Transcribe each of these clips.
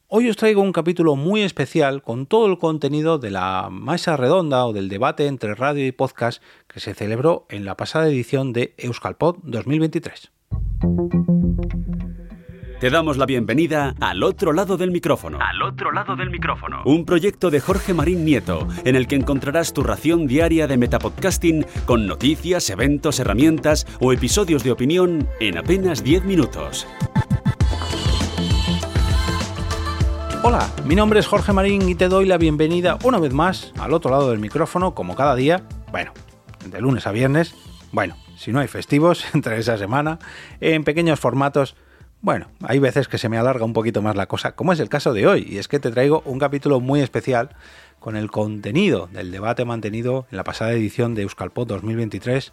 Hoy os traigo un capítulo muy especial con todo el contenido de la mesa redonda o del debate entre radio y podcast que se celebró en la pasada edición de Euskalpod 2023. Te damos la bienvenida Al Otro Lado del Micrófono. Al Otro Lado del Micrófono. Un proyecto de Jorge Marín Nieto, en el que encontrarás tu ración diaria de metapodcasting con noticias, eventos, herramientas o episodios de opinión en apenas 10 minutos. Hola, mi nombre es Jorge Marín y te doy la bienvenida una vez más al otro lado del micrófono, como cada día, de lunes a viernes, si no hay festivos entre esa semana, en pequeños formatos. Hay veces que se me alarga un poquito más la cosa, como es el caso de hoy, y es que te traigo un capítulo muy especial con el contenido del debate mantenido en la pasada edición de Euskalpod 2023,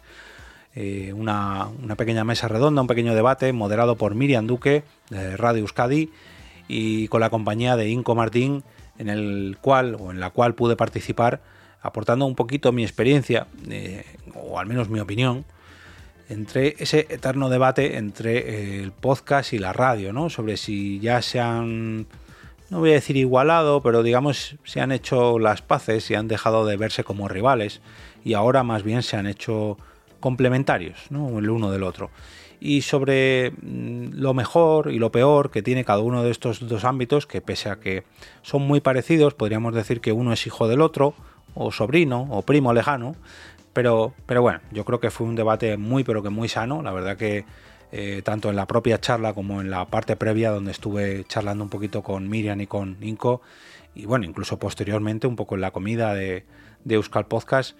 una pequeña mesa redonda, un pequeño debate moderado por Miriam Duque de Radio Euskadi y con la compañía de Inco Martín, en la cual pude participar aportando un poquito mi experiencia, o al menos mi opinión, entre ese eterno debate entre el podcast y la radio, ¿no? Sobre si ya se han, no voy a decir igualado, pero digamos se han hecho las paces y han dejado de verse como rivales y ahora más bien se han hecho complementarios, ¿no? El uno del otro. Y sobre lo mejor y lo peor que tiene cada uno de estos dos ámbitos, que pese a que son muy parecidos, podríamos decir que uno es hijo del otro, o sobrino, o primo lejano, pero bueno, yo creo que fue un debate muy sano. La verdad que tanto en la propia charla como en la parte previa, donde estuve charlando un poquito con Miriam y con Inco, y incluso posteriormente un poco en la comida de Euskal Podcast,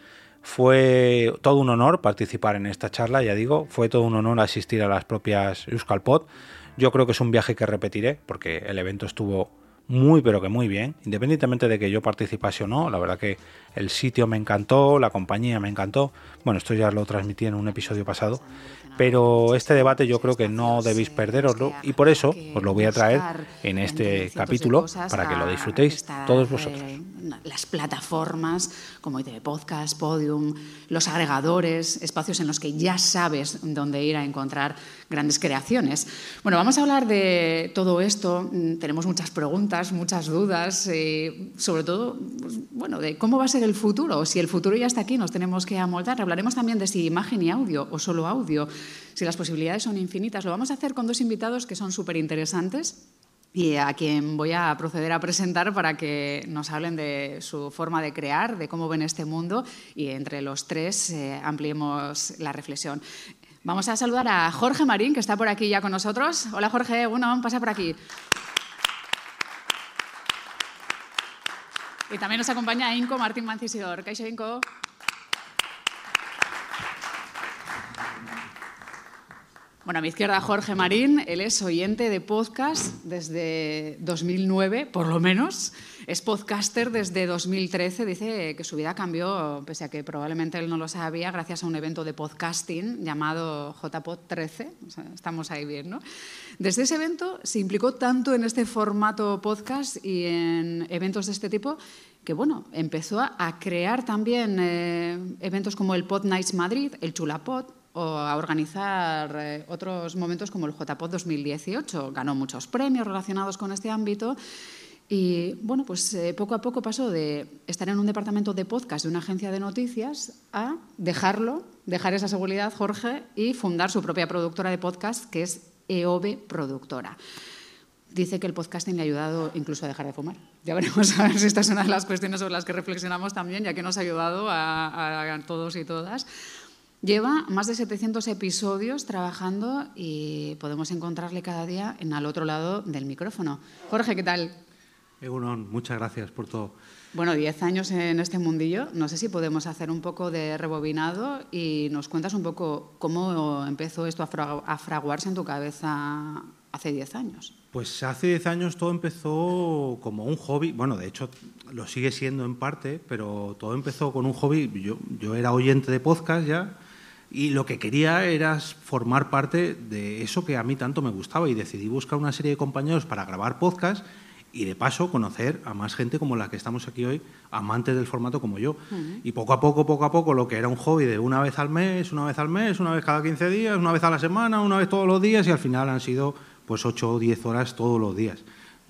fue todo un honor participar en esta charla, ya digo, fue todo un honor asistir a las propias Euskalpod. Yo creo que es un viaje que repetiré, porque el evento estuvo muy bien, independientemente de que yo participase o no. La verdad que el sitio me encantó, la compañía me encantó. Esto ya lo transmití en un episodio pasado, pero este debate yo creo que no debéis perderoslo y por eso os lo voy a traer en este capítulo para que lo disfrutéis todos vosotros. Las plataformas como ITV Podcast, Podium, los agregadores, espacios en los que ya sabes dónde ir a encontrar grandes creaciones. Vamos a hablar de todo esto. Tenemos muchas preguntas, muchas dudas, sobre todo, de cómo va a ser el futuro. Si el futuro ya está aquí, nos tenemos que amoldar. Hablaremos también de si imagen y audio o solo audio, si las posibilidades son infinitas. Lo vamos a hacer con dos invitados que son súper interesantes y a quien voy a proceder a presentar para que nos hablen de su forma de crear, de cómo ven este mundo y entre los tres ampliemos la reflexión. Vamos a saludar a Jorge Marín, que está por aquí ya con nosotros. Hola Jorge, pasa por aquí. Y también nos acompaña Inco Martín Mancisidor. Kaixo, Inco. A mi izquierda Jorge Marín, él es oyente de podcast desde 2009, por lo menos. Es podcaster desde 2013. Dice que su vida cambió, pese a que probablemente él no lo sabía, gracias a un evento de podcasting llamado JPod 13. Estamos ahí bien, ¿no? Desde ese evento se implicó tanto en este formato podcast y en eventos de este tipo que empezó a crear también eventos como el Pod Nights Madrid, el Chulapod, o a organizar otros momentos como el JPod 2018. Ganó muchos premios relacionados con este ámbito y, poco a poco pasó de estar en un departamento de podcast de una agencia de noticias a dejar esa seguridad, Jorge, y fundar su propia productora de podcast, que es EOB Productora. Dice que el podcasting le ha ayudado incluso a dejar de fumar. Ya veremos a ver si esta es una de las cuestiones sobre las que reflexionamos también, ya que nos ha ayudado a todos y todas. Lleva más de 700 episodios trabajando y podemos encontrarle cada día en Al Otro Lado del Micrófono. Jorge, ¿qué tal? Egunon, muchas gracias por todo. 10 años en este mundillo. No sé si podemos hacer un poco de rebobinado y nos cuentas un poco cómo empezó esto a fraguarse en tu cabeza hace 10 años. Pues hace 10 años todo empezó como un hobby. De hecho lo sigue siendo en parte, pero todo empezó con un hobby. Yo era oyente de podcast ya. Y lo que quería era formar parte de eso que a mí tanto me gustaba y decidí buscar una serie de compañeros para grabar podcast y de paso conocer a más gente como la que estamos aquí hoy, amantes del formato como yo. Y poco a poco, lo que era un hobby de una vez al mes, una vez cada 15 días, una vez a la semana, una vez todos los días, y al final han sido pues 8 o 10 horas todos los días.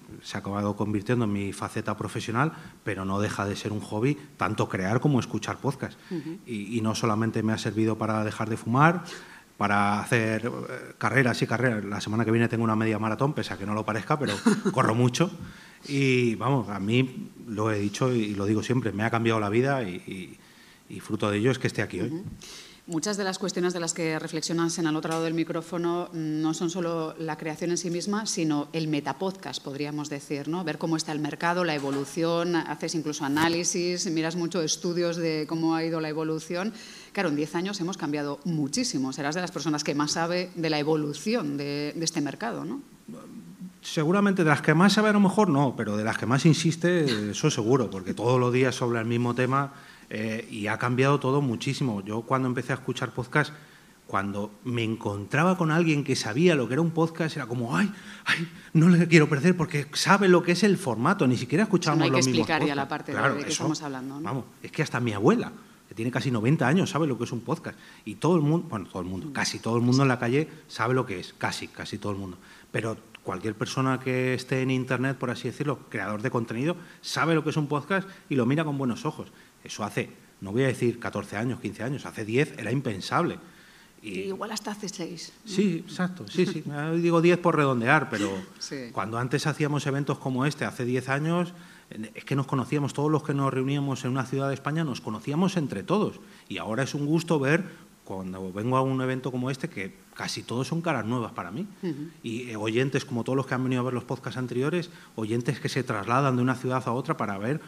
se ha acabado convirtiendo en mi faceta profesional, pero no deja de ser un hobby, tanto crear como escuchar podcast. Y no solamente me ha servido para dejar de fumar, para hacer carreras y carreras. La semana que viene tengo una media maratón, pese a que no lo parezca, pero corro mucho. Y vamos, a mí, lo he dicho y lo digo siempre, me ha cambiado la vida y fruto de ello es que esté aquí hoy. Muchas de las cuestiones de las que reflexionas en al otro lado del micrófono no son solo la creación en sí misma, sino el metapodcast, podríamos decir, ¿no? Ver cómo está el mercado, la evolución, haces incluso análisis, miras mucho estudios de cómo ha ido la evolución. Claro, en 10 años hemos cambiado muchísimo. Serás de las personas que más sabe de la evolución de este mercado, ¿no? Seguramente de las que más sabe a lo mejor no, pero de las que más insiste, eso seguro, porque todos los días sobre el mismo tema. Y ha cambiado todo muchísimo. Yo cuando empecé a escuchar podcast, cuando me encontraba con alguien que sabía lo que era un podcast, era como, ay, no le quiero perder porque sabe lo que es el formato, ni siquiera escuchamos los mismos podcasts. No hay que explicar ya la parte claro, de que estamos hablando, ¿no? Vamos, es que hasta mi abuela, que tiene casi 90 años, sabe lo que es un podcast. Y todo el mundo, casi todo el mundo en la calle sabe lo que es, casi todo el mundo. Pero cualquier persona que esté en Internet, por así decirlo, creador de contenido, sabe lo que es un podcast y lo mira con buenos ojos. Eso hace, no voy a decir 14 años, 15 años, hace 10 era impensable. Y igual hasta hace 6. ¿no? Sí, exacto, sí. Digo 10 por redondear, pero sí. Cuando antes hacíamos eventos como este, hace 10 años, es que nos conocíamos, todos los que nos reuníamos en una ciudad de España, nos conocíamos entre todos. Y ahora es un gusto ver, cuando vengo a un evento como este, que casi todos son caras nuevas para mí. Y oyentes, como todos los que han venido a ver los podcasts anteriores, oyentes que se trasladan de una ciudad a otra para ver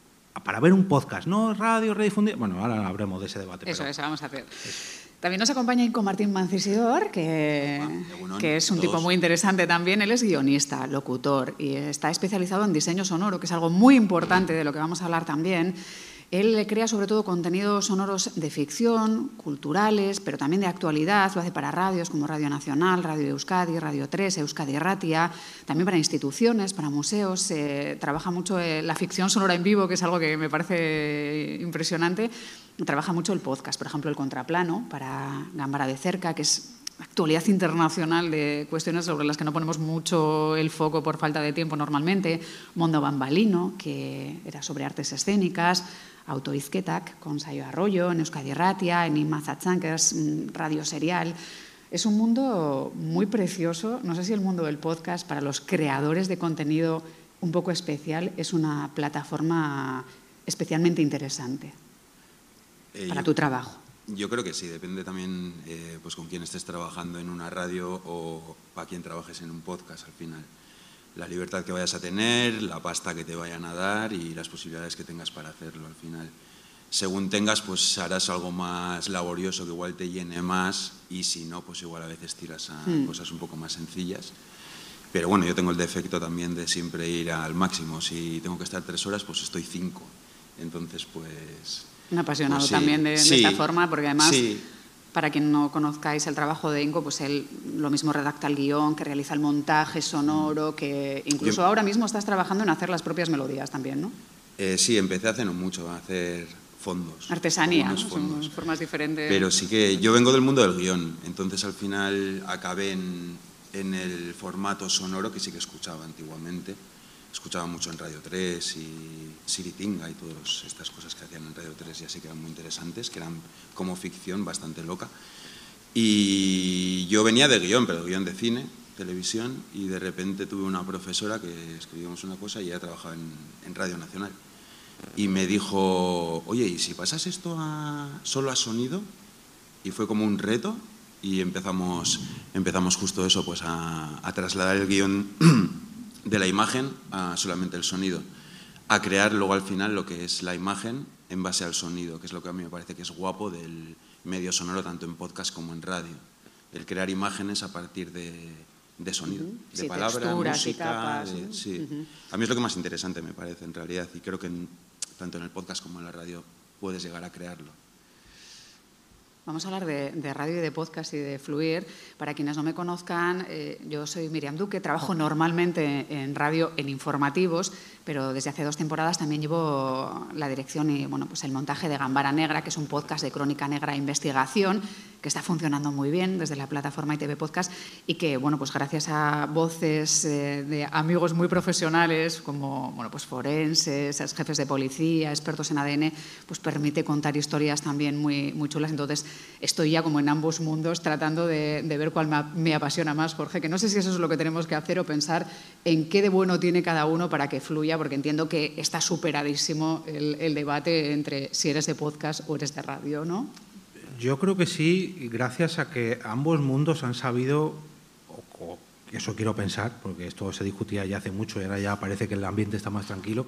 un podcast, no radio, redifundido. Bueno, ahora hablemos de ese debate. Eso vamos a hacer. También nos acompaña Inco Martín Mancisidor, que es un tipo muy interesante también. Él es guionista, locutor y está especializado en diseño sonoro, que es algo muy importante de lo que vamos a hablar también. Él crea sobre todo contenidos sonoros de ficción, culturales, pero también de actualidad. Lo hace para radios como Radio Nacional, Radio Euskadi, Radio 3, Euskadi Ratia, también para instituciones, para museos. Trabaja mucho la ficción sonora en vivo, que es algo que me parece impresionante. Trabaja mucho el podcast, por ejemplo, El Contraplano, para Gambara de Cerca, que es actualidad internacional de cuestiones sobre las que no ponemos mucho el foco por falta de tiempo normalmente. Mondo Bambalino, que era sobre artes escénicas. Autoizketak, con Saio Arroyo, en Euskadi Ratia, en Imazatzan, que es radio serial. Es un mundo muy precioso. No sé si el mundo del podcast, para los creadores de contenido un poco especial, es una plataforma especialmente interesante para tu trabajo. Yo creo que sí, depende también pues con quién estés trabajando en una radio o para quién trabajes en un podcast al final. La libertad que vayas a tener, la pasta que te vayan a dar y las posibilidades que tengas para hacerlo al final. Según tengas, pues harás algo más laborioso que igual te llene más y si no, pues igual a veces tiras a cosas un poco más sencillas. Pero bueno, yo tengo el defecto también de siempre ir al máximo. Si tengo que estar 3 horas, pues estoy 5. Entonces, pues... Un apasionado pues sí, también de esta forma, porque además... Sí. Para quien no conozcáis el trabajo de Inco, pues él lo mismo redacta el guión, que realiza el montaje sonoro, que incluso ahora mismo estás trabajando en hacer las propias melodías también, ¿no? Sí, empecé hace no mucho a hacer fondos. Artesanía, ¿no? Fondos. Son formas diferentes. Pero sí que yo vengo del mundo del guión, entonces al final acabé en el formato sonoro que sí que escuchaba antiguamente. Escuchaba mucho en Radio 3 y Siritinga y todas estas cosas que hacían en Radio 3 ya sí que eran muy interesantes, que eran como ficción bastante loca. Y yo venía de guión, pero guión de cine, televisión, y de repente tuve una profesora que escribíamos una cosa y ella trabajaba en Radio Nacional. Y me dijo, oye, ¿y si pasas esto solo a sonido? Y fue como un reto y empezamos justo eso, pues a trasladar el guión de la imagen a solamente el sonido, a crear luego al final lo que es la imagen en base al sonido, que es lo que a mí me parece que es guapo del medio sonoro, tanto en podcast como en radio, el crear imágenes a partir de sonido, de palabra, música, capas, sí. A mí es lo que más interesante me parece en realidad y creo que tanto en el podcast como en la radio puedes llegar a crearlo. Vamos a hablar de radio y de podcast y de fluir. Para quienes no me conozcan, yo soy Miriam Duque, trabajo normalmente en radio en informativos, pero desde hace 2 temporadas también llevo la dirección y pues el montaje de Gambara Negra, que es un podcast de crónica negra e investigación que está funcionando muy bien desde la plataforma ITV Podcast y que, pues gracias a voces de amigos muy profesionales como pues forenses, jefes de policía, expertos en ADN, pues permite contar historias también muy, muy chulas. Entonces, estoy ya como en ambos mundos tratando de ver cuál me apasiona más, Jorge, que no sé si eso es lo que tenemos que hacer o pensar en qué de bueno tiene cada uno para que fluya, porque entiendo que está superadísimo el debate entre si eres de podcast o eres de radio, ¿no? Yo creo que sí, gracias a que ambos mundos han sabido, o eso quiero pensar, porque esto se discutía ya hace mucho y ahora ya parece que el ambiente está más tranquilo,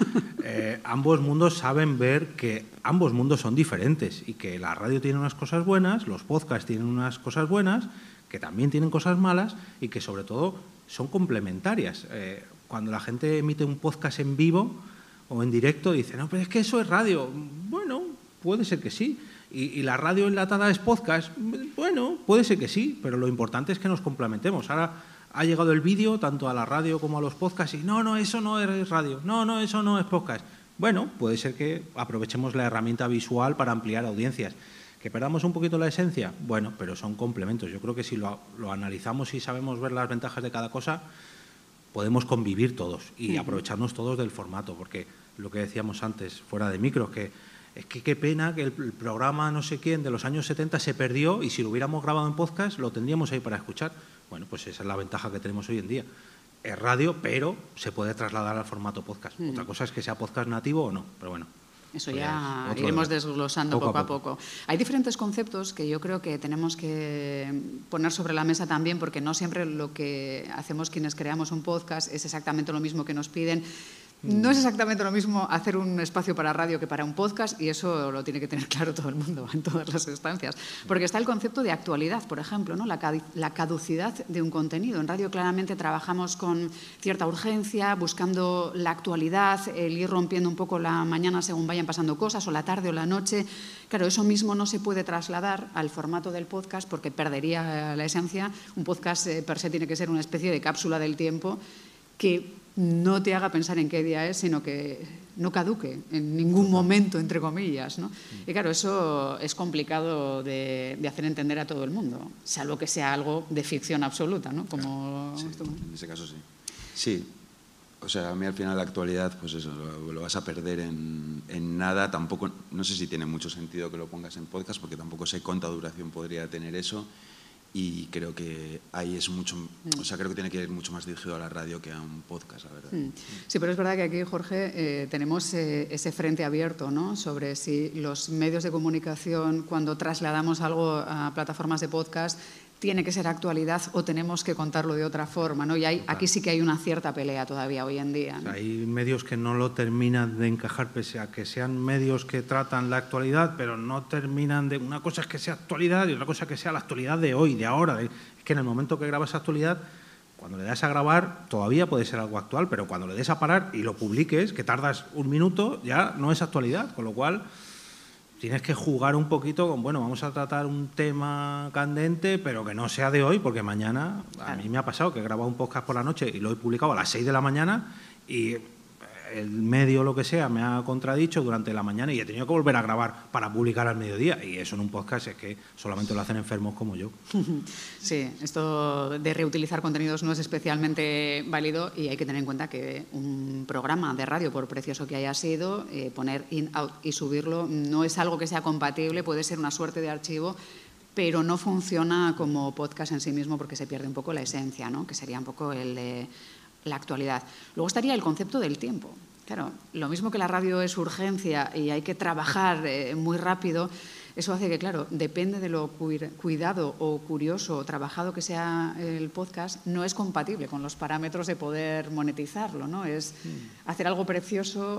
ambos mundos saben ver que ambos mundos son diferentes y que la radio tiene unas cosas buenas, los podcasts tienen unas cosas buenas, que también tienen cosas malas y que sobre todo son complementarias. Cuando la gente emite un podcast en vivo o en directo dice, no, pero es que eso es radio. Bueno, puede ser que sí. ¿Y la radio enlatada es podcast? Bueno, puede ser que sí, pero lo importante es que nos complementemos. Ahora ha llegado el vídeo tanto a la radio como a los podcasts y no, eso no es radio, no, eso no es podcast. Bueno, puede ser que aprovechemos la herramienta visual para ampliar audiencias. ¿Que perdamos un poquito la esencia? Bueno, pero son complementos. Yo creo que si lo analizamos y sabemos ver las ventajas de cada cosa, podemos convivir todos y aprovecharnos todos del formato, porque lo que decíamos antes, fuera de micro, es que qué pena que el programa no sé quién de los años 70 se perdió y si lo hubiéramos grabado en podcast lo tendríamos ahí para escuchar. Bueno, pues esa es la ventaja que tenemos hoy en día. Es radio, pero se puede trasladar al formato podcast. Otra cosa es que sea podcast nativo o no, pero bueno. Eso ya iremos desglosando poco a poco. Hay diferentes conceptos que yo creo que tenemos que poner sobre la mesa también, porque no siempre lo que hacemos quienes creamos un podcast es exactamente lo mismo que nos piden. No es exactamente lo mismo hacer un espacio para radio que para un podcast y eso lo tiene que tener claro todo el mundo en todas las instancias. Porque está el concepto de actualidad, por ejemplo, ¿no? La caducidad de un contenido. En radio claramente trabajamos con cierta urgencia, buscando la actualidad, el ir rompiendo un poco la mañana según vayan pasando cosas, o la tarde o la noche. Claro, eso mismo no se puede trasladar al formato del podcast porque perdería la esencia. Un podcast per se tiene que ser una especie de cápsula del tiempo que no te haga pensar en qué día es, sino que no caduque en ningún momento, entre comillas, ¿no? Y claro, eso es complicado de hacer entender a todo el mundo, salvo que sea algo de ficción absoluta, ¿no? Como sí, en ese caso sí. Sí, o sea, a mí al final la actualidad, pues eso, lo vas a perder en nada. Tampoco, no sé si tiene mucho sentido que lo pongas en podcast, porque tampoco sé cuánta duración podría tener eso. Y creo que ahí es mucho, o sea, creo que tiene que ir mucho más dirigido a la radio que a un podcast, la verdad. Sí, pero es verdad que aquí, Jorge, tenemos ese frente abierto, ¿no? Sobre si los medios de comunicación, cuando trasladamos algo a plataformas de podcast, tiene que ser actualidad o tenemos que contarlo de otra forma, ¿no? Y aquí sí que hay una cierta pelea todavía hoy en día, ¿no? O sea, hay medios que no lo terminan de encajar, pese a que sean medios que tratan la actualidad, pero no terminan de... Una cosa es que sea actualidad y otra cosa es que sea la actualidad de hoy, de ahora. Es que en el momento que grabas actualidad, cuando le das a grabar, todavía puede ser algo actual, pero cuando le des a parar y lo publiques, que tardas 1 minuto, ya no es actualidad, con lo cual... Tienes que jugar un poquito con, bueno, vamos a tratar un tema candente, pero que no sea de hoy, porque mañana, a mí me ha pasado que he grabado un podcast por la noche y lo he publicado a las 6 de la mañana y el medio, lo que sea, me ha contradicho durante la mañana y he tenido que volver a grabar para publicar al mediodía. Y eso en un podcast es que solamente lo hacen enfermos como yo. Sí, esto de reutilizar contenidos no es especialmente válido y hay que tener en cuenta que un programa de radio, por precioso que haya sido, poner in, out y subirlo no es algo que sea compatible, puede ser una suerte de archivo, pero no funciona como podcast en sí mismo porque se pierde un poco la esencia, ¿no? Que sería un poco el de la actualidad. Luego estaría el concepto del tiempo. Claro, lo mismo que la radio es urgencia y hay que trabajar muy rápido, eso hace que, claro, depende de lo cuidado o curioso o trabajado que sea el podcast, no es compatible con los parámetros de poder monetizarlo, ¿no? Es hacer algo precioso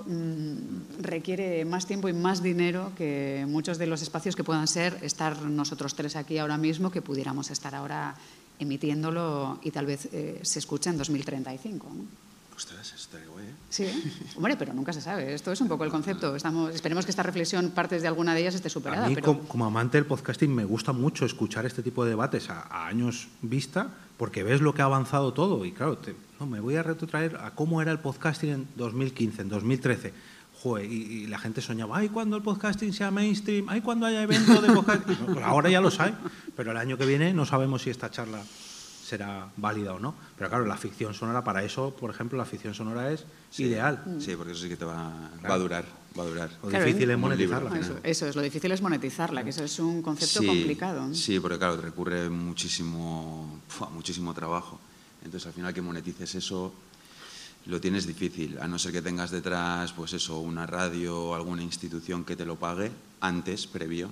requiere más tiempo y más dinero que muchos de los espacios que puedan ser estar nosotros 3 aquí ahora mismo, que pudiéramos estar ahora emitiéndolo y tal vez se escuche en 2035, ¿no? Ostras, eso estaría guay, ¿eh? Sí, hombre, pero nunca se sabe. Esto es un poco el concepto. Esperemos que esta reflexión, partes de alguna de ellas, esté superada. A mí, pero... como amante del podcasting, me gusta mucho escuchar este tipo de debates a años vista, porque ves lo que ha avanzado todo. Y claro, me voy a retrotraer a cómo era el podcasting en 2015, en 2013. Joder, y la gente soñaba, ¡ay, cuando el podcasting sea mainstream! ¡Ay, cuando haya evento de podcasting! No, pues ahora ya los hay, pero el año que viene no sabemos si esta charla será válida o no. Pero claro, la ficción sonora, para eso, por ejemplo, la ficción sonora es ideal. Sí, porque eso sí que va a durar. Lo difícil es monetizarla. Eso es, lo difícil es monetizarla, que eso es un concepto complicado. Sí, porque claro, recurre muchísimo trabajo. Entonces, al final que monetices eso, lo tienes difícil, a no ser que tengas detrás, pues eso, una radio o alguna institución que te lo pague antes, previo.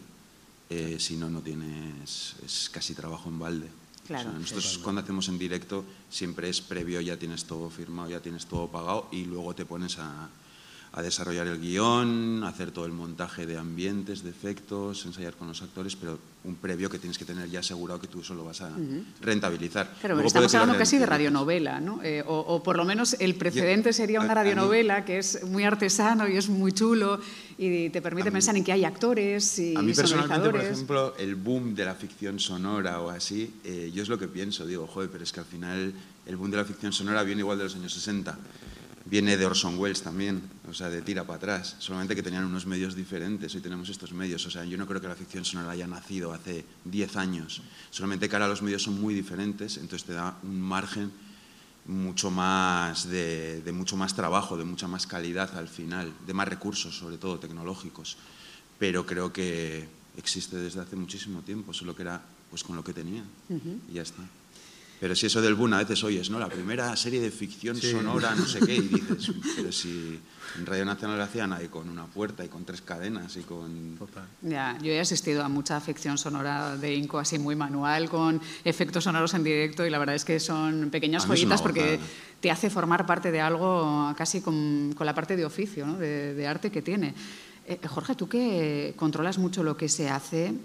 Si no, no tienes, es casi trabajo en balde. Claro. O sea, nosotros cuando hacemos en directo siempre es previo, ya tienes todo firmado, ya tienes todo pagado y luego te pones a desarrollar el guión, a hacer todo el montaje de ambientes, de efectos, ensayar con los actores, pero un previo que tienes que tener ya asegurado que tú eso lo vas a rentabilizar. Claro, pero estamos hablando casi de radionovela, ¿no? O por lo menos el precedente sería una radionovela que es muy artesano y es muy chulo y te permite pensar en que hay actores y a mí personalmente, por sonorizadores. ejemplo, el boom de la ficción sonora o así, yo es lo que pienso, digo, joder, pero es que al final el boom de la ficción sonora viene igual de los años 60. Viene de Orson Welles también, o sea, de tira para atrás, solamente que tenían unos medios diferentes, hoy tenemos estos medios, o sea, yo no creo que la ficción sonora haya nacido hace 10 años, solamente que ahora los medios son muy diferentes, entonces te da un margen mucho más de mucho más trabajo, de mucha más calidad al final, de más recursos, sobre todo tecnológicos, pero creo que existe desde hace muchísimo tiempo, solo que era pues con lo que tenía y ya está. Pero si eso del boom a veces oyes, ¿no? La primera serie de ficción sonora, no sé qué, y dices, pero si en Radio Nacional lo hacían ahí con una puerta y con 3 cadenas y con... Total. Ya, yo he asistido a mucha ficción sonora de Inco así muy manual, con efectos sonoros en directo y la verdad es que son pequeñas joyitas porque te hace formar parte de algo casi con la parte de oficio, ¿no? de arte que tiene. Jorge, tú que controlas mucho lo que se hace,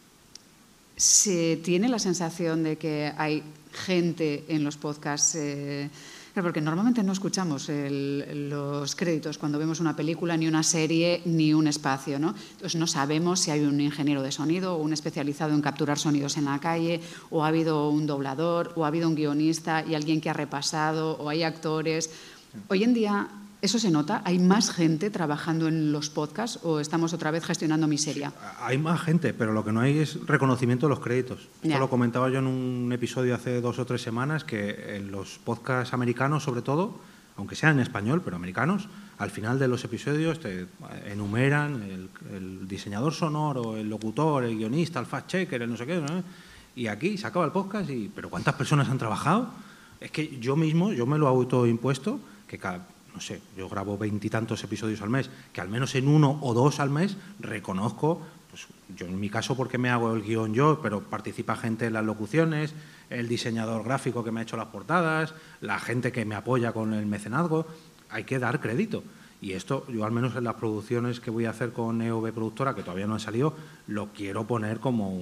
¿se tiene la sensación de que hay gente en los podcasts? Porque normalmente no escuchamos los créditos cuando vemos una película, ni una serie, ni un espacio, ¿no? Entonces no sabemos si hay un ingeniero de sonido o un especializado en capturar sonidos en la calle, o ha habido un doblador, o ha habido un guionista y alguien que ha repasado, o hay actores. Hoy en día... ¿Eso se nota? ¿Hay más gente trabajando en los podcasts o estamos otra vez gestionando miseria? Hay más gente, pero lo que no hay es reconocimiento de los créditos. Esto lo comentaba yo en un episodio hace 2 o 3 semanas, que en los podcasts americanos, sobre todo, aunque sean en español, pero americanos, al final de los episodios te enumeran el diseñador sonoro, el locutor, el guionista, el fact-checker, el no sé qué, ¿no? Y aquí se acaba el podcast y... ¿Pero cuántas personas han trabajado? Es que yo mismo, yo me lo he autoimpuesto, que no sé, yo grabo 20 y tantos episodios al mes, que al menos en 1 o 2 al mes reconozco, pues yo en mi caso porque me hago el guión yo, pero participa gente en las locuciones, el diseñador gráfico que me ha hecho las portadas, la gente que me apoya con el mecenazgo, hay que dar crédito. Y esto, yo al menos en las producciones que voy a hacer con EOB Productora, que todavía no han salido, lo quiero poner como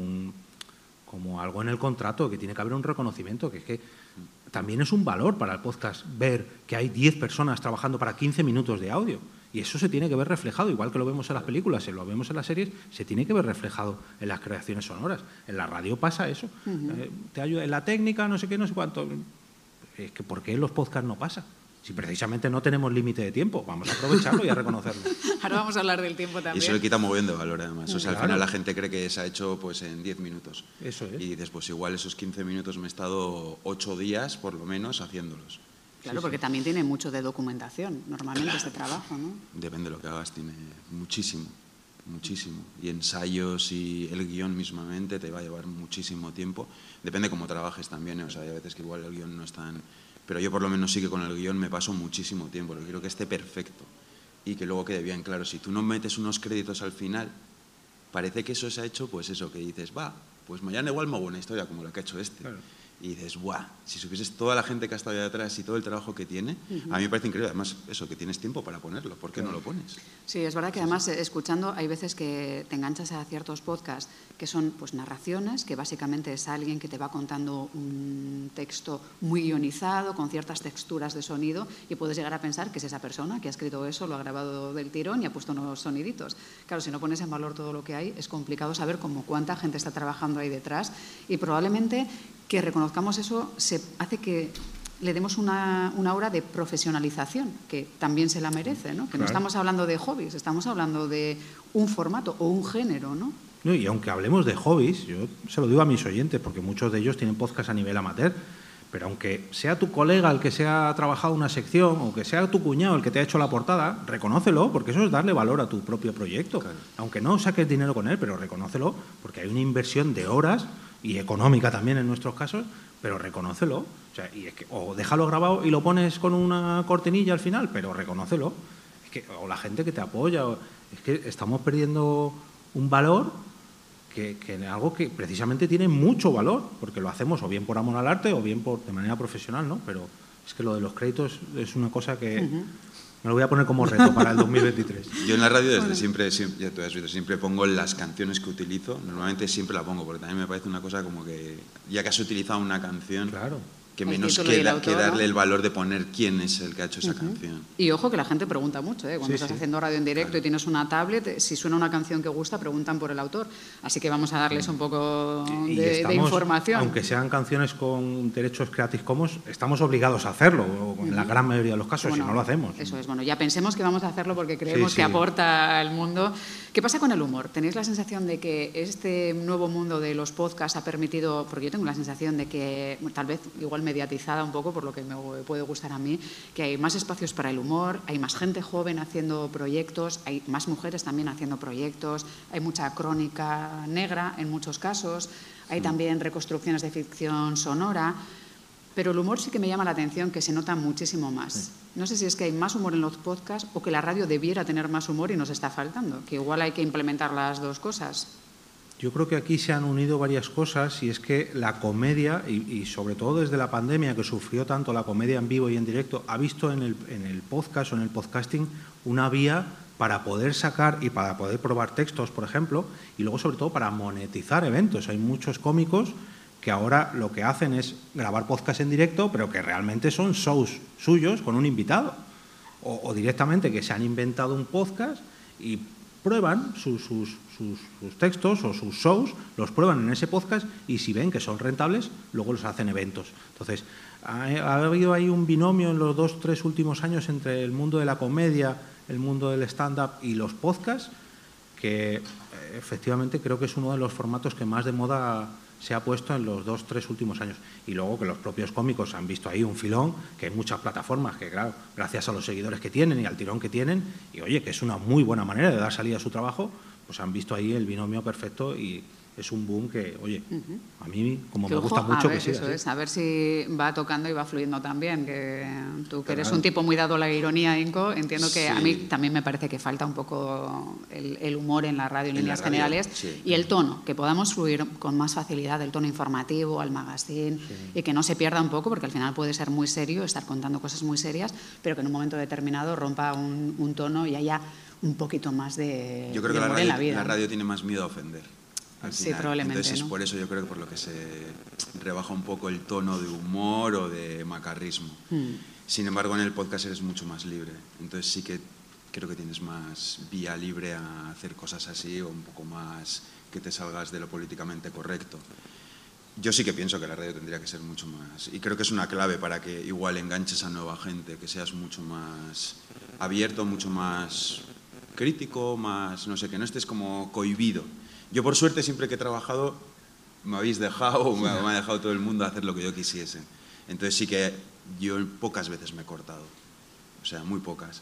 algo en el contrato, que tiene que haber un reconocimiento, que es que también es un valor para el podcast ver que hay 10 personas trabajando para 15 minutos de audio. Y eso se tiene que ver reflejado, igual que lo vemos en las películas, se lo vemos en las series, se tiene que ver reflejado en las creaciones sonoras. En la radio pasa eso. Te ayuda en la técnica, no sé qué, no sé cuánto. Es que ¿por qué en los podcasts no pasa? Si precisamente no tenemos límite de tiempo, vamos a aprovecharlo y a reconocerlo. Ahora vamos a hablar del tiempo también. Y eso le quita mogollón de valor, además. O sea, al final la gente cree que se ha hecho pues en 10 minutos. Eso es. Y dices, pues igual esos 15 minutos me he estado 8 días, por lo menos, haciéndolos. Claro, porque también tiene mucho de documentación, normalmente, este trabajo, ¿no? Depende de lo que hagas, tiene muchísimo, muchísimo. Y ensayos y el guión mismamente te va a llevar muchísimo tiempo. Depende cómo trabajes también, ¿eh? O sea, hay veces que igual el guión no es tan... Pero yo por lo menos sí que con el guión me paso muchísimo tiempo, porque quiero que esté perfecto y que luego quede bien claro. Si tú no metes unos créditos al final, parece que eso se ha hecho, pues eso, que dices, va, pues mañana igual me hago una historia como la que ha hecho este. Claro. y dices, ¡buah! Si supieses toda la gente que ha estado ahí detrás y todo el trabajo que tiene, a mí me parece increíble. Además, eso, que tienes tiempo para ponerlo, ¿por qué no lo pones? Sí, es verdad que además escuchando hay veces que te enganchas a ciertos podcasts que son pues narraciones, que básicamente es alguien que te va contando un texto muy guionizado, con ciertas texturas de sonido, y puedes llegar a pensar que es esa persona que ha escrito eso, lo ha grabado del tirón y ha puesto unos soniditos. Claro, si no pones en valor todo lo que hay, es complicado saber cómo cuánta gente está trabajando ahí detrás, y probablemente que reconozcamos eso se hace que le demos una aura de profesionalización, que también se la merece, ¿no? Que no estamos hablando de hobbies, estamos hablando de un formato o un género, ¿no? No, y aunque hablemos de hobbies, yo se lo digo a mis oyentes, porque muchos de ellos tienen podcast a nivel amateur, pero aunque sea tu colega el que se ha trabajado una sección o que sea tu cuñado el que te ha hecho la portada, reconócelo, porque eso es darle valor a tu propio proyecto. Claro. Aunque no saques dinero con él, pero reconócelo, porque hay una inversión de horas y económica también en nuestros casos, pero reconócelo. O sea, y es que, o déjalo grabado y lo pones con una cortinilla al final, pero reconócelo. Es que, o la gente que te apoya, es que estamos perdiendo un valor que algo que precisamente tiene mucho valor, porque lo hacemos o bien por amor al arte o bien de manera profesional, ¿no? Pero es que lo de los créditos es una cosa que me lo voy a poner como reto para el 2023. Yo en la radio desde siempre, ya tú has visto, siempre pongo las canciones que utilizo. Normalmente siempre la pongo, porque también me parece una cosa como que, ya que has utilizado una canción, claro, que menos que darle el valor de poner quién es el que ha hecho esa canción. Y ojo que la gente pregunta mucho, ¿eh? Cuando estás haciendo radio en directo, claro, y tienes una tablet, si suena una canción que gusta, preguntan por el autor. Así que vamos a darles un poco de información. Aunque sean canciones con derechos Creative Commons, estamos obligados a hacerlo, en la gran mayoría de los casos, bueno, si no lo hacemos. Eso es, bueno, ya pensemos que vamos a hacerlo porque creemos que aporta al mundo. ¿Qué pasa con el humor? ¿Tenéis la sensación de que este nuevo mundo de los podcasts ha permitido, porque yo tengo la sensación de que, tal vez igual mediatizada un poco por lo que me puede gustar a mí, que hay más espacios para el humor, hay más gente joven haciendo proyectos, hay más mujeres también haciendo proyectos, hay mucha crónica negra en muchos casos, hay también reconstrucciones de ficción sonora, pero el humor sí que me llama la atención, que se nota muchísimo más. No sé si es que hay más humor en los podcasts o que la radio debiera tener más humor y nos está faltando, que igual hay que implementar las dos cosas. Yo creo que aquí se han unido varias cosas, y es que la comedia, y sobre todo desde la pandemia, que sufrió tanto la comedia en vivo y en directo, ha visto en el podcast o en el podcasting una vía para poder sacar y para poder probar textos, por ejemplo, y luego sobre todo para monetizar eventos. Hay muchos cómicos que ahora lo que hacen es grabar podcast en directo, pero que realmente son shows suyos con un invitado, o directamente que se han inventado un podcast y prueban sus textos o sus shows, los prueban en ese podcast, y si ven que son rentables, luego los hacen eventos. Entonces, ha habido ahí un binomio en los 2-3 últimos años entre el mundo de la comedia, el mundo del stand-up y los podcasts, que efectivamente creo que es uno de los formatos que más de moda se ha puesto en los 2-3 últimos años. Y luego que los propios cómicos han visto ahí un filón, que hay muchas plataformas que, claro, gracias a los seguidores que tienen y al tirón que tienen, y oye, que es una muy buena manera de dar salida a su trabajo, pues han visto ahí el binomio perfecto, y es un boom que, oye, a mí como que me gusta mucho que siga. Eso es, a ver si va tocando y va fluyendo también, que tú que eres un tipo muy dado a la ironía, Inco, entiendo que a mí también me parece que falta un poco el humor en la radio en líneas generales, y el tono, que podamos fluir con más facilidad el tono informativo, al magazine, y que no se pierda un poco, porque al final puede ser muy serio, estar contando cosas muy serias, pero que en un momento determinado rompa un tono y haya un poquito más de Yo creo que humor en la vida. La radio tiene más miedo a ofender. Sí, probablemente. Entonces es por eso yo creo que por lo que se rebaja un poco el tono de humor o de macarrismo. Sin embargo, en el podcast eres mucho más libre. Entonces sí que creo que tienes más vía libre a hacer cosas así, o un poco más que te salgas de lo políticamente correcto. Yo sí que pienso que la radio tendría que ser mucho más, y creo que es una clave para que igual enganches a nueva gente, que seas mucho más abierto, mucho más crítico, más, no sé, que no estés como cohibido. Yo, por suerte, siempre que he trabajado, me habéis dejado, me ha dejado todo el mundo hacer lo que yo quisiese. Entonces sí que yo pocas veces me he cortado, o sea, muy pocas.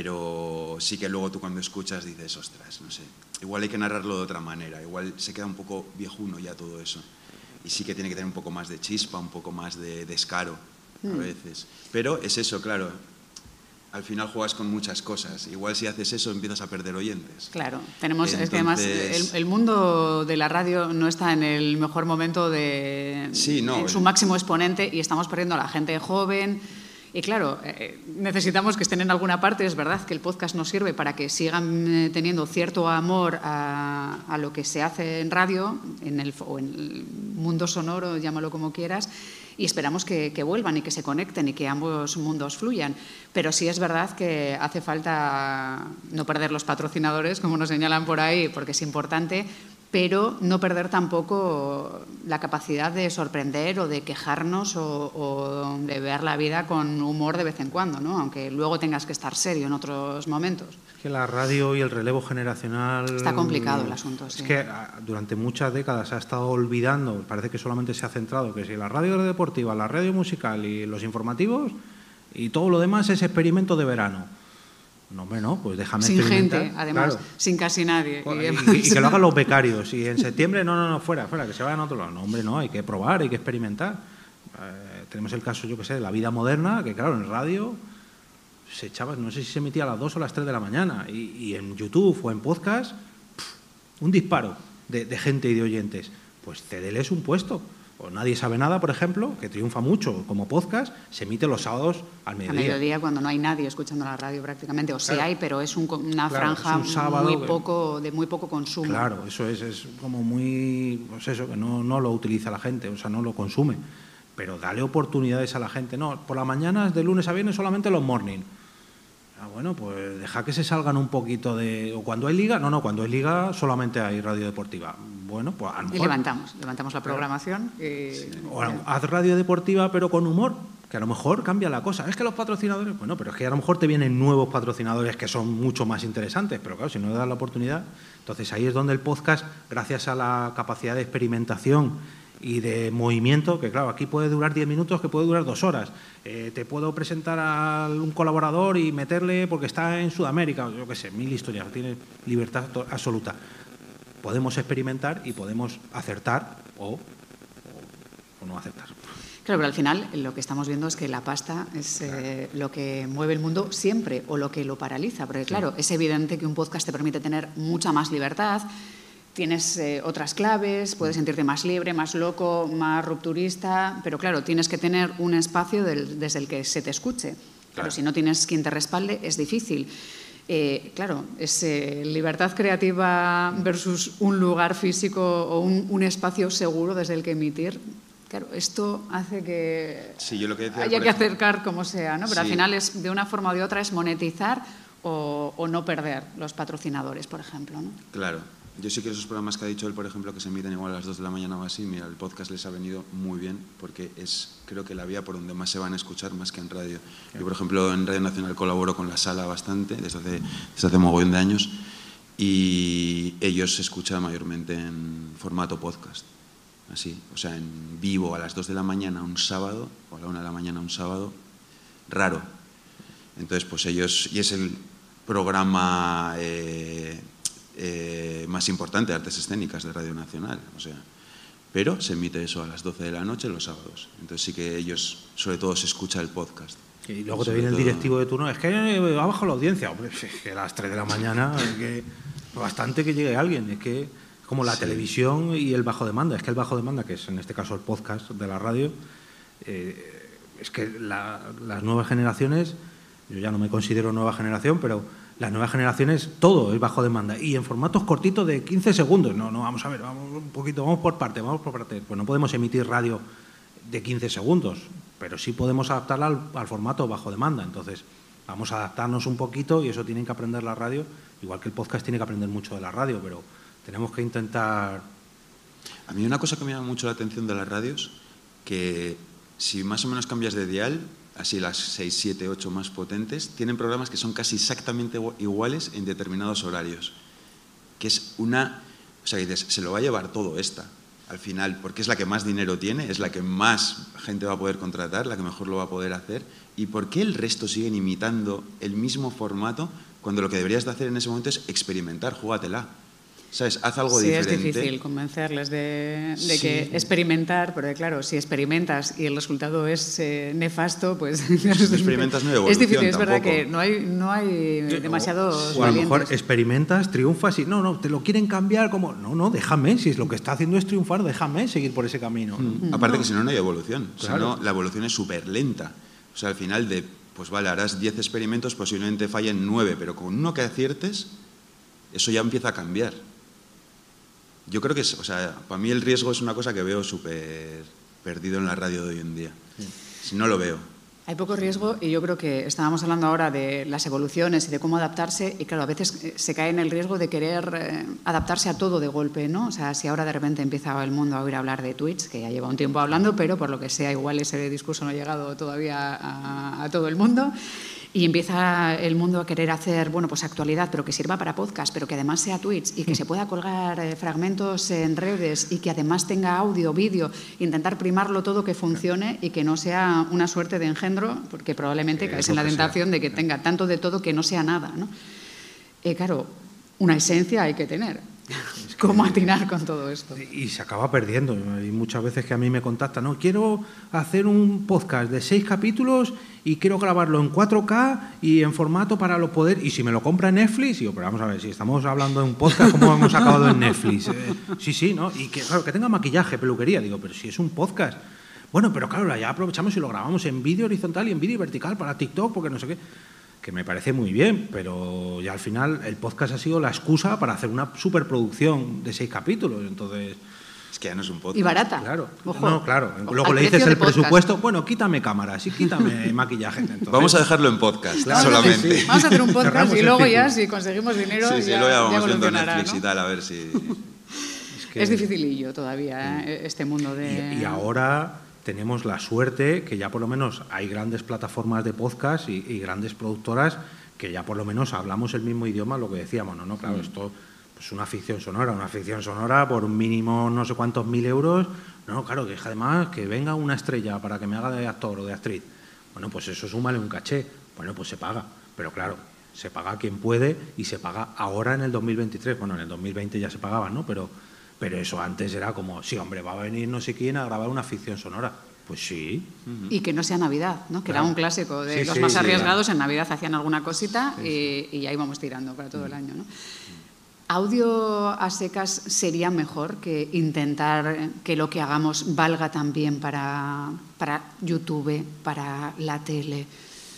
Pero sí que luego tú cuando escuchas dices, ostras, no sé, igual hay que narrarlo de otra manera, igual se queda un poco viejuno ya todo eso. Y sí que tiene que tener un poco más de chispa, un poco más de descaro a veces. Pero es eso, claro. al final juegas con muchas cosas. Igual si haces eso empiezas a perder oyentes. Claro, es que además el mundo de la radio no está en el mejor momento en su máximo exponente y estamos perdiendo a la gente joven. Y claro, necesitamos que estén en alguna parte. Es verdad que el podcast nos sirve para que sigan teniendo cierto amor a lo que se hace en radio, en el mundo sonoro, llámalo como quieras, y esperamos que vuelvan y que se conecten y que ambos mundos fluyan. Pero sí es verdad que hace falta no perder los patrocinadores, como nos señalan por ahí, porque es importante, pero no perder tampoco la capacidad de sorprender o de quejarnos o de ver la vida con humor de vez en cuando, ¿no? Aunque luego tengas que estar serio en otros momentos. Es que la radio y el relevo generacional... Está complicado el asunto, sí. Es que durante muchas décadas se ha estado olvidando, parece que solamente se ha centrado, que si la radio deportiva, la radio musical y los informativos y todo lo demás es experimento de verano. No, hombre, no, pues déjame sin experimentar. Gente, además, claro. Sin casi nadie. Y que lo hagan los becarios. Y en septiembre, no, fuera, que se vayan a otro lado. No, hombre, no, hay que probar, hay que experimentar. Tenemos el caso, yo qué sé, de la vida moderna, que claro, en radio se echaba, no sé si se emitía a las 2 o las 3 de la mañana. Y en YouTube o en podcast, un disparo de gente y de oyentes. Pues cédeles un puesto. O Nadie sabe nada, por ejemplo, que triunfa mucho como podcast, se emite los sábados al mediodía. Al mediodía, cuando no hay nadie escuchando la radio prácticamente, o claro. Sí hay, pero es una franja es un sábado de muy poco consumo. Claro, eso es como muy, pues eso, que no lo utiliza la gente, o sea, no lo consume. Pero dale oportunidades a la gente. No, por la mañana, de lunes a viernes, solamente los morning. Bueno, pues deja que se salgan un poquito de... ¿O cuando hay liga? No, cuando hay liga solamente hay radio deportiva. Bueno, pues a lo mejor... Y levantamos la programación. Sí. O haz radio deportiva pero con humor, que a lo mejor cambia la cosa. Es que los patrocinadores... Bueno, pero es que a lo mejor te vienen nuevos patrocinadores que son mucho más interesantes, pero claro, si no le das la oportunidad... Entonces ahí es donde el podcast, gracias a la capacidad de experimentación y de movimiento, que claro, aquí puede durar 10 minutos, que puede durar 2 horas. Te puedo presentar a un colaborador y meterle porque está en Sudamérica, yo qué sé, 1000 historias, tiene libertad absoluta. Podemos experimentar y podemos acertar o no acertar. Claro, pero al final lo que estamos viendo es que la pasta es lo que mueve el mundo siempre o lo que lo paraliza, porque claro, es evidente que un podcast te permite tener mucha más libertad. Tienes otras claves, puedes sentirte más libre, más loco, más rupturista, pero claro, tienes que tener un espacio desde el que se te escuche. Claro, si no tienes quien te respalde, es difícil. Claro, es libertad creativa versus un lugar físico o un espacio seguro desde el que emitir. Claro, esto hace que, sí, yo lo que decía, haya que acercar como sea, ¿no? Pero sí. Al final, es de una forma o de otra, es monetizar o no perder los patrocinadores, por ejemplo, ¿no? Claro. Yo sí que esos programas que ha dicho él, por ejemplo, que se emiten igual a las 2 de la mañana o así, mira, el podcast les ha venido muy bien porque es, creo que la vía por donde más se van a escuchar más que en radio. Yo, por ejemplo, en Radio Nacional colaboro con La Sala bastante, desde hace mogollón de años, y ellos se escuchan mayormente en formato podcast, así, o sea, en vivo a las 2 de la mañana un sábado, o a la 1 de la mañana un sábado, raro. Entonces, pues ellos, y es el programa... más importante de artes escénicas de Radio Nacional, o sea, pero se emite eso a las 12 de la noche los sábados, entonces sí que ellos, sobre todo, se escucha el podcast. Y luego te viene el directivo de turno, es que ha bajado la audiencia, hombre, es que a las 3 de la mañana, es que bastante que llegue alguien, es que es como la televisión y el bajo demanda, es que el bajo demanda, que es en este caso el podcast de la radio, es que las nuevas generaciones, yo ya no me considero nueva generación, pero las nuevas generaciones todo es bajo demanda y en formatos cortitos de 15 segundos. No, vamos a ver, vamos por parte. Pues no podemos emitir radio de 15 segundos, pero sí podemos adaptarla al formato bajo demanda. Entonces, vamos a adaptarnos un poquito y eso tienen que aprender la radio, igual que el podcast tiene que aprender mucho de la radio, pero tenemos que intentar... A mí una cosa que me llama mucho la atención de las radios, que si más o menos cambias de dial... así las 6, 7, 8 más potentes, tienen programas que son casi exactamente iguales en determinados horarios. Que es una... O sea, dices, se lo va a llevar todo esta, al final, porque es la que más dinero tiene, es la que más gente va a poder contratar, la que mejor lo va a poder hacer. ¿Y por qué el resto siguen imitando el mismo formato cuando lo que deberías de hacer en ese momento es experimentar, júgatela? ¿Sabes? Haz algo sí, diferente. Es difícil convencerles de que experimentar, pero claro, si experimentas y el resultado es nefasto, pues... Si experimentas no hay evolución. Es difícil, es tampoco. verdad que no hay demasiados O a lo valientes. mejor experimentas, triunfas y no, te lo quieren cambiar como... No, déjame, si es lo que está haciendo es triunfar, déjame seguir por ese camino. Aparte que si no, no hay evolución. Claro. Si no, la evolución es súper lenta. O sea, al final pues vale, harás 10 experimentos, posiblemente fallen 9, pero con uno que aciertes, eso ya empieza a cambiar. Yo creo que para mí el riesgo es una cosa que veo súper perdido en la radio de hoy en día. Si no lo veo. Hay poco riesgo y yo creo que estábamos hablando ahora de las evoluciones y de cómo adaptarse y claro, a veces se cae en el riesgo de querer adaptarse a todo de golpe, ¿no? O sea, si ahora de repente empieza el mundo a oír hablar de Twitch, que ya lleva un tiempo hablando, pero por lo que sea igual ese discurso no ha llegado todavía a todo el mundo. Y empieza el mundo a querer hacer, bueno, pues actualidad, pero que sirva para podcast, pero que además sea Twitch y que se pueda colgar fragmentos en redes y que además tenga audio, vídeo, intentar primarlo todo que funcione y que no sea una suerte de engendro, porque probablemente caes en la tentación de que tenga tanto de todo que no sea nada, ¿no? Claro, una esencia hay que tener. ¿Cómo atinar con todo esto? Y se acaba perdiendo. Hay muchas veces que a mí me contactan, no, quiero hacer un podcast de 6 capítulos y quiero grabarlo en 4K y en formato para lo poder... Y si me lo compra Netflix, digo, pero vamos a ver, si estamos hablando de un podcast, ¿cómo hemos acabado en Netflix? Sí, ¿no? Y que, claro, que tenga maquillaje, peluquería. Digo, pero si es un podcast... Bueno, pero claro, ya aprovechamos y lo grabamos en vídeo horizontal y en vídeo vertical para TikTok, porque no sé qué... que me parece muy bien, pero ya al final el podcast ha sido la excusa para hacer una superproducción de 6 capítulos, entonces... Es que ya no es un podcast. Y barata. Claro. Ojo. No, claro. Luego Al le dices precio el de podcast. presupuesto, bueno, quítame cámaras y quítame maquillaje. Entonces, Vamos a dejarlo en podcast, Claro, solamente. sí. Vamos a hacer un podcast Cerramos y el luego ya, círculo. si conseguimos dinero, Sí, ya, luego ya ya vamos viendo evolucionará, Netflix ¿no? y tal, a ver si... Es dificilillo todavía este mundo de... y ahora tenemos la suerte que ya por lo menos hay grandes plataformas de podcast y grandes productoras que ya por lo menos hablamos el mismo idioma, lo que decíamos, ¿no? Claro, esto es una ficción sonora por un mínimo no sé cuántos 1000 euros, no, claro, que además que venga una estrella para que me haga de actor o de actriz, bueno, pues eso súmale un caché, bueno, pues se paga, pero claro, se paga a quien puede y se paga ahora en el 2023, bueno, en el 2020 ya se pagaba, ¿no? Pero eso antes era como, sí, hombre, va a venir no sé quién a grabar una ficción sonora. Pues sí. Y que no sea Navidad, ¿no? Que Claro. era un clásico de Sí, los sí, más sí, arriesgados. En Navidad hacían alguna cosita y ya íbamos tirando para todo el año, ¿no? ¿Audio a secas sería mejor que intentar que lo que hagamos valga también para YouTube, para la tele?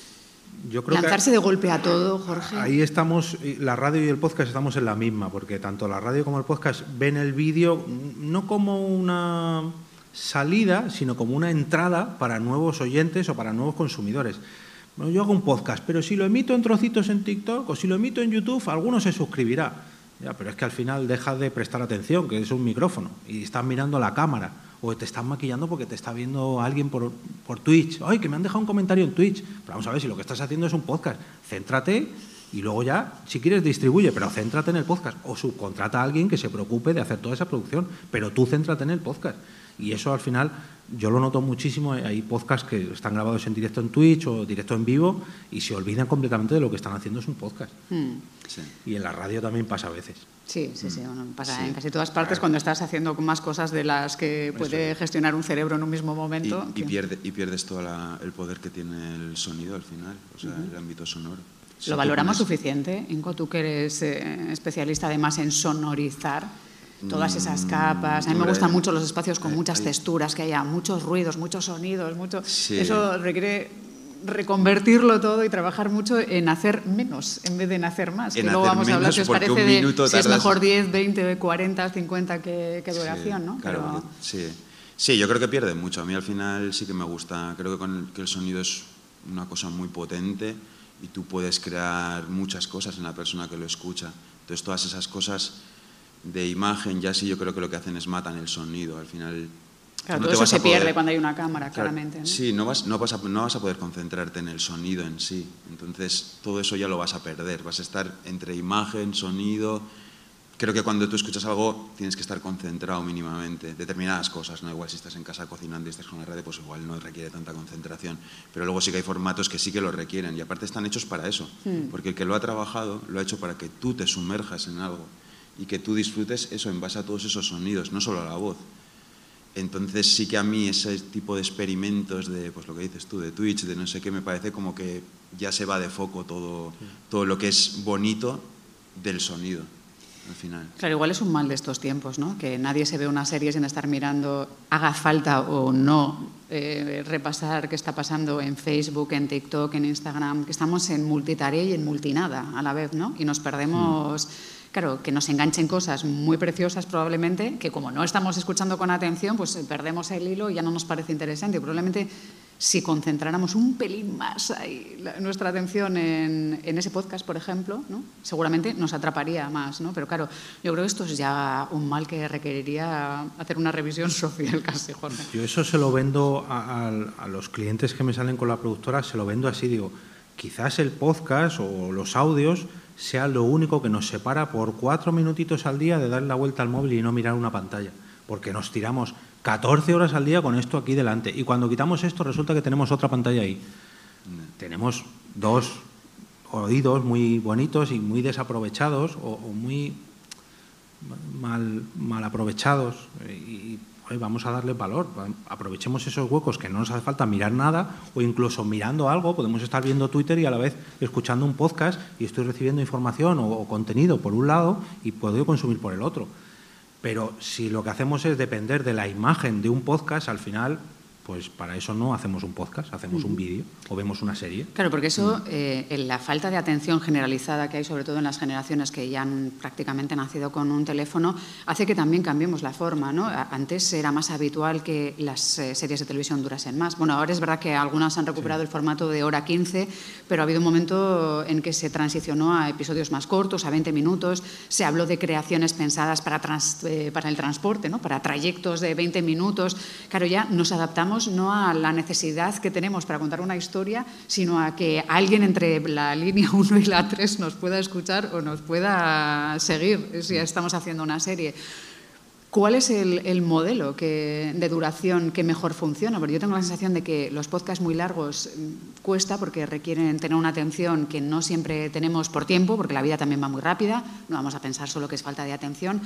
Yo creo Lanzarse de golpe a todo, Jorge. Ahí estamos, la radio y el podcast estamos en la misma, porque tanto la radio como el podcast ven el vídeo no como una salida, sino como una entrada para nuevos oyentes o para nuevos consumidores. Bueno, yo hago un podcast, pero si lo emito en trocitos en TikTok o si lo emito en YouTube, alguno se suscribirá. Ya, pero es que al final dejas de prestar atención, que es un micrófono, y estás mirando la cámara, o te estás maquillando porque te está viendo alguien por Twitch. ¡Ay, que me han dejado un comentario en Twitch! Pero vamos a ver, si lo que estás haciendo es un podcast, céntrate y luego ya, si quieres, distribuye, pero céntrate en el podcast. O subcontrata a alguien que se preocupe de hacer toda esa producción, pero tú céntrate en el podcast. Y eso al final, yo lo noto muchísimo, hay podcasts que están grabados en directo en Twitch o directo en vivo y se olvidan completamente de lo que están haciendo es un podcast. Sí. Y en la radio también pasa a veces. Sí, bueno, pasa en casi todas partes cuando estás haciendo más cosas de las que puede gestionar un cerebro en un mismo momento. Y pierdes todo el poder que tiene el sonido al final, o sea, el ámbito sonoro. Si ¿Lo te valoramos pones- suficiente, Inco? Tú que eres especialista además en sonorizar todas esas capas. A mí me Hombre, gustan mucho los espacios con muchas hay- texturas, que haya muchos ruidos, muchos sonidos, Sí. Eso requiere reconvertirlo todo y trabajar mucho en hacer menos en vez de en hacer más. En que luego hacer vamos a hablar menos, si os porque parece un de minuto si es tardas- mejor 10, 20, 40, 50 que duración, ¿no? Claro, Pero- sí, yo creo que pierde mucho. A mí al final sí que me gusta, creo que el sonido es una cosa muy potente y tú puedes crear muchas cosas en la persona que lo escucha. Entonces todas esas cosas de imagen ya sí yo creo que lo que hacen es matan el sonido. Al final Claro, tú no todo te eso vas a se pierde poder- cuando hay una cámara, Claro, claramente, ¿no? Sí, no vas a poder concentrarte en el sonido en sí. Entonces, todo eso ya lo vas a perder. Vas a estar entre imagen, sonido. Creo que cuando tú escuchas algo tienes que estar concentrado mínimamente. Determinadas cosas, ¿no? Igual si estás en casa cocinando y estás con la radio, pues igual no requiere tanta concentración. Pero luego sí que hay formatos que sí que lo requieren. Y aparte están hechos para eso. Porque el que lo ha trabajado, lo ha hecho para que tú te sumerjas en algo. y que tú disfrutes eso en base a todos esos sonidos, no solo a la voz. Entonces sí que a mí ese tipo de experimentos de, pues lo que dices tú, de Twitch, de no sé qué, me parece como que ya se va de foco todo lo que es bonito del sonido, al final. Claro, igual es un mal de estos tiempos, ¿no? Que nadie se ve una serie sin estar mirando, haga falta o no, repasar qué está pasando en Facebook, en TikTok, en Instagram, que estamos en multitarea y en multinada a la vez, ¿no? Y nos perdemos... Claro, que nos enganchen cosas muy preciosas probablemente, que como no estamos escuchando con atención, pues perdemos el hilo y ya no nos parece interesante. Probablemente si concentráramos un pelín más ahí nuestra atención en ese podcast, por ejemplo, ¿no? Seguramente nos atraparía más, ¿no? Pero claro, yo creo que esto es ya un mal que requeriría hacer una revisión social casi, Jorge. Yo eso se lo vendo a los clientes que me salen con la productora, se lo vendo así, digo, quizás el podcast o los audios sea lo único que nos separa por 4 minutitos al día de dar la vuelta al móvil y no mirar una pantalla, porque nos tiramos 14 horas al día con esto aquí delante y cuando quitamos esto resulta que tenemos otra pantalla ahí. Tenemos 2 oídos muy bonitos y muy desaprovechados o muy mal aprovechados y vamos a darle valor, aprovechemos esos huecos que no nos hace falta mirar nada o incluso mirando algo, podemos estar viendo Twitter y a la vez escuchando un podcast y estoy recibiendo información o contenido por un lado y puedo consumir por el otro. Pero si lo que hacemos es depender de la imagen de un podcast, al final, pues para eso no hacemos un podcast, hacemos un vídeo o vemos una serie. Claro, porque eso, la falta de atención generalizada que hay, sobre todo en las generaciones que ya han prácticamente nacido con un teléfono, hace que también cambiemos la forma, ¿no? Antes era más habitual que las series de televisión durasen más. Bueno, ahora es verdad que algunas han recuperado el formato de hora 15, pero ha habido un momento en que se transicionó a episodios más cortos, a 20 minutos. Se habló de creaciones pensadas para el transporte, ¿no? Para trayectos de 20 minutos. Claro, ya nos adaptamos no a la necesidad que tenemos para contar una historia, sino a que alguien entre la línea 1 y la 3 nos pueda escuchar o nos pueda seguir si estamos haciendo una serie. ¿Cuál es el modelo de duración que mejor funciona? Porque yo tengo la sensación de que los podcasts muy largos cuesta porque requieren tener una atención que no siempre tenemos por tiempo, porque la vida también va muy rápida, no vamos a pensar solo que es falta de atención.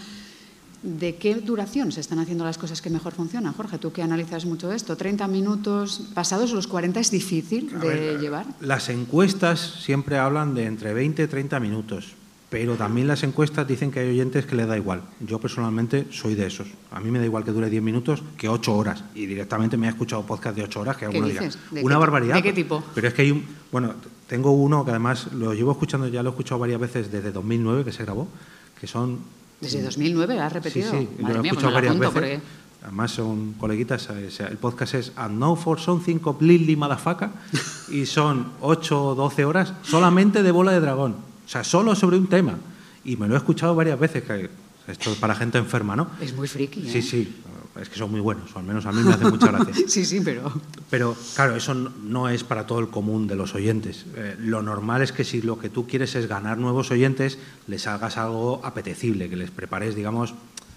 ¿De qué duración se están haciendo las cosas que mejor funcionan? Jorge, tú que analizas mucho esto, 30 minutos, pasados los 40 es difícil de llevar. Las encuestas siempre hablan de entre 20 y 30 minutos, pero también las encuestas dicen que hay oyentes que les da igual. Yo personalmente soy de esos. A mí me da igual que dure 10 minutos que 8 horas. Y directamente me he escuchado podcast de 8 horas que alguno diga, una barbaridad. ¿De qué tipo? Pero es que hay tengo uno que además lo llevo escuchando, ya lo he escuchado varias veces desde 2009 que se grabó, que son... ¿Desde 2009 lo has repetido? Sí, Madre lo he mía, escuchado pues varias veces. Porque... Además son coleguitas, el podcast es And Now for Something Completely Motherfucker y son 8 o 12 horas solamente de Bola de Dragón, o sea, solo sobre un tema. Y me lo he escuchado varias veces, que esto es para gente enferma, ¿no? Es muy friki, ¿eh? Sí, es que son muy buenos, o al menos a mí me hace mucha gracia. Sí, pero... Pero, claro, eso no es para todo el común de los oyentes. Lo normal es que si lo que tú quieres es ganar nuevos oyentes, les hagas algo apetecible, que les prepares, digamos,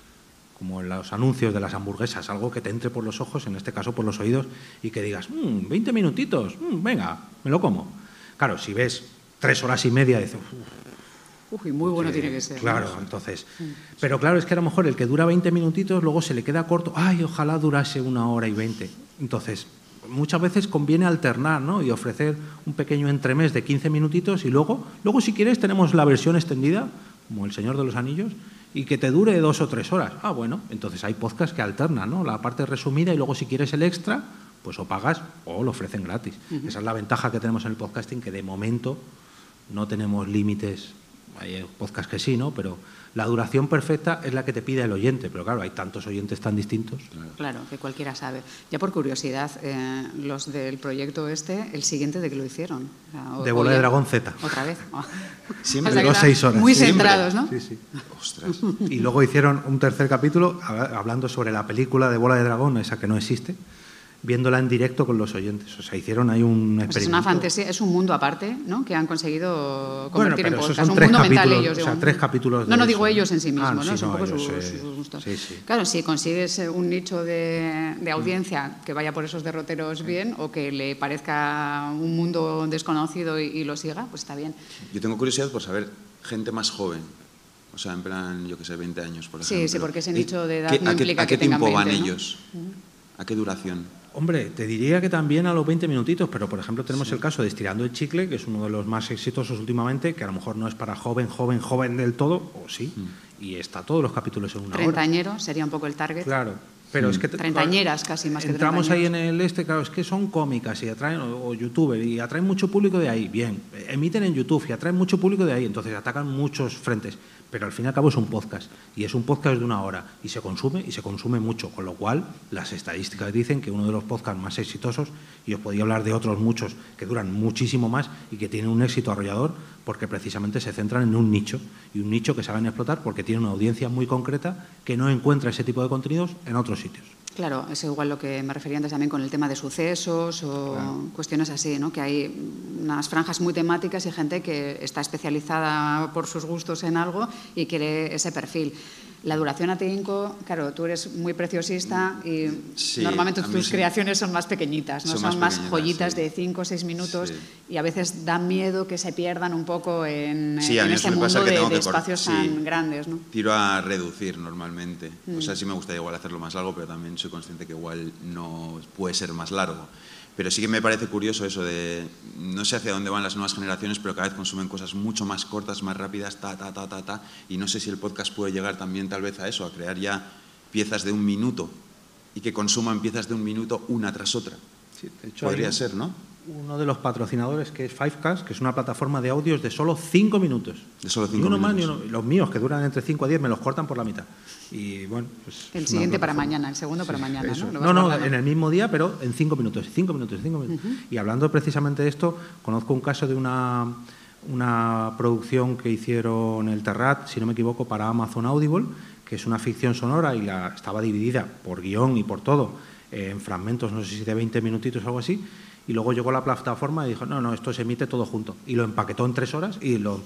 como en los anuncios de las hamburguesas, algo que te entre por los ojos, en este caso por los oídos, y que digas, 20 minutitos, venga, me lo como. Claro, si ves 3 horas y media, dices... Uy, muy bueno tiene que ser. Claro, entonces... Pero claro, es que a lo mejor el que dura 20 minutitos luego se le queda corto. ¡Ay, ojalá durase 1 hora y 20! Entonces, muchas veces conviene alternar, ¿no? Y ofrecer un pequeño entremés de 15 minutitos y luego si quieres, tenemos la versión extendida, como El Señor de los Anillos, y que te dure 2 o 3 horas. Ah, bueno, entonces hay podcasts que alternan, ¿no? La parte resumida y luego si quieres el extra, pues o pagas o lo ofrecen gratis. Esa es la ventaja que tenemos en el podcasting, que de momento no tenemos límites. Hay podcasts que sí, ¿no? Pero la duración perfecta es la que te pide el oyente. Pero claro, hay tantos oyentes tan distintos. Claro, que cualquiera sabe. Ya por curiosidad, los del proyecto el siguiente, ¿de qué lo hicieron? De Bola de Dragón Z. ¿Otra vez? Siempre duró 6 horas. Muy centrados, ¿no? Sí. Ostras. Y luego hicieron un tercer capítulo hablando sobre la película de Bola de Dragón, esa que no existe, viéndola en directo con los oyentes. O sea, hicieron ahí un experimento. Pues es una fantasía, es un mundo aparte, ¿no? Que han conseguido convertir en podcast. Son un 3 mundo capítulos, mental ellos. O sea, 3 capítulos. No digo ellos en sí mismos, ¿no? Sí, es un poco sus gustos. Sí. Claro, si consigues un nicho de audiencia que vaya por esos derroteros bien o que le parezca un mundo desconocido y lo siga, pues está bien. Yo tengo curiosidad por saber, gente más joven, O sea, en plan, yo que sé, 20 años, por ejemplo. Sí, porque ese nicho de edad no implica que tengan 20, ¿A qué tiempo van, ¿no? ellos? ¿A qué duración? Hombre, te diría que también a los 20 minutitos, pero por ejemplo tenemos el caso de Estirando el Chicle, que es uno de los más exitosos últimamente, que a lo mejor no es para joven del todo, o sí, y está todos los capítulos en una hora. Treintañero sería un poco el target. Claro, pero es que... Treintañeras casi, más que entramos ahí treintañeros. en claro, es que son cómicas y atraen, o youtuber, y atraen mucho público de ahí, bien, emiten en YouTube y atraen mucho público de ahí, entonces atacan muchos frentes, pero al fin y al cabo es un podcast, y es un podcast de una hora, y se consume mucho, con lo cual las estadísticas dicen que uno de los podcasts más exitosos, y os podía hablar de otros muchos que duran muchísimo más y que tienen un éxito arrollador, porque precisamente se centran en un nicho, y un nicho que saben explotar porque tiene una audiencia muy concreta que no encuentra ese tipo de contenidos en otros sitios. Claro, es igual lo que me refería antes también con el tema de sucesos o cuestiones así, ¿no? Que hay unas franjas muy temáticas y gente que está especializada por sus gustos en algo y quiere ese perfil. La duración a ti, Inco, claro, tú eres muy preciosista y normalmente tus creaciones son más pequeñitas, ¿no? Son más joyitas de 5 o 6 minutos y a veces da miedo que se pierdan un poco en este mundo de espacios tan grandes, ¿no? Tiro a reducir normalmente. O sea, sí me gustaría igual hacerlo más largo, pero también soy consciente que igual no puede ser más largo. Pero sí que me parece curioso eso de, no sé hacia dónde van las nuevas generaciones, pero cada vez consumen cosas mucho más cortas, más rápidas, y no sé si el podcast puede llegar también tal vez a eso, a crear ya piezas de 1 minuto y que consuman piezas de 1 minuto una tras otra. Sí, de hecho, podría ser, ¿no? Uno de los patrocinadores que es Fivecast, que es una plataforma de audios de solo 5 minutos. De solo 5 minutos. Más, ni uno. Los míos, que duran entre 5 a 10, me los cortan por la mitad. Y bueno, pues el siguiente para mañana, el segundo para mañana, eso. ¿no? No, en el mismo día, pero en 5 minutos. Y hablando precisamente de esto, conozco un caso de una producción que hicieron el Terrat, si no me equivoco, para Amazon Audible, que es una ficción sonora y estaba dividida por guión y por todo, en fragmentos, no sé si de 20 minutitos o algo así. Y luego llegó la plataforma y dijo, no, esto se emite todo junto. Y lo empaquetó en 3 horas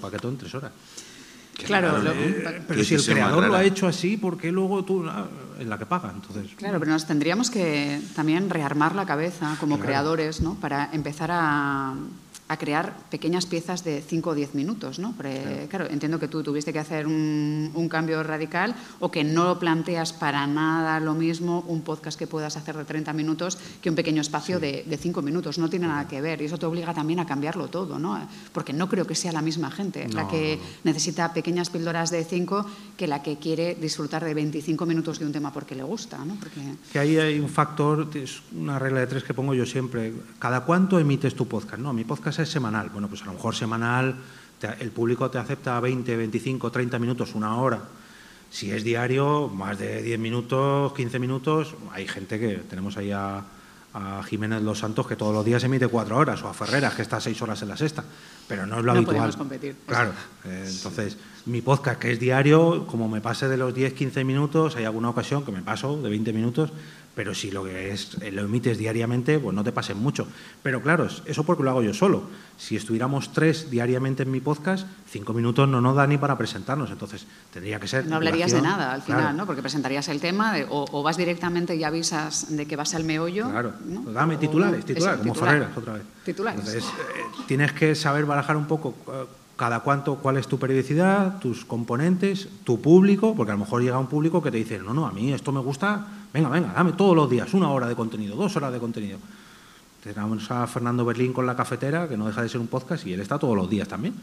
Claro, pero si el creador lo ha hecho así, ¿por qué luego tú es la que paga? Entonces, claro, pero nos tendríamos que también rearmar la cabeza como creadores, ¿no? Para empezar a crear pequeñas piezas de 5 o 10 minutos, ¿no? Porque, claro, entiendo que tú tuviste que hacer un cambio radical o que no planteas para nada lo mismo un podcast que puedas hacer de 30 minutos que un pequeño espacio de 5 minutos. No tiene nada que ver y eso te obliga también a cambiarlo todo, ¿no? Porque no creo que sea la misma gente la que necesita pequeñas píldoras de 5 que la que quiere disfrutar de 25 minutos de un tema porque le gusta, ¿no? Porque... Que ahí hay un factor, es una regla de 3 que pongo yo siempre. ¿Cada cuánto emites tu podcast? No, mi podcast es semanal. Bueno, pues a lo mejor semanal el público te acepta 20, 25, 30 minutos, 1 hora. Si es diario, más de 10 minutos, 15 minutos. Hay gente que tenemos ahí a Jiménez Los Santos que todos los días emite 4 horas, o a Ferreras que está 6 horas en la sexta, pero no es lo habitual. No podemos competir. Claro, entonces mi podcast que es diario, como me pase de los 10, 15 minutos, hay alguna ocasión que me paso de 20 minutos, pero si lo que lo emites diariamente, pues no te pasen mucho. Pero claro, eso porque lo hago yo solo. Si estuviéramos 3 diariamente en mi podcast, 5 minutos no nos da ni para presentarnos, entonces tendría que ser... No hablarías de nada al final, claro, ¿no? Porque presentarías el tema o vas directamente y avisas de que vas al meollo. Claro, ¿no? Dame titulares, como Ferreras otra vez. Titulares. Entonces, tienes que saber barajar un poco cada cuánto, cuál es tu periodicidad, tus componentes, tu público, porque a lo mejor llega un público que te dice, no, a mí esto me gusta, venga, dame todos los días 1 hora de contenido, 2 horas de contenido. Tenemos a Fernando Berlín con La Cafetera, que no deja de ser un podcast, y él está todos los días también.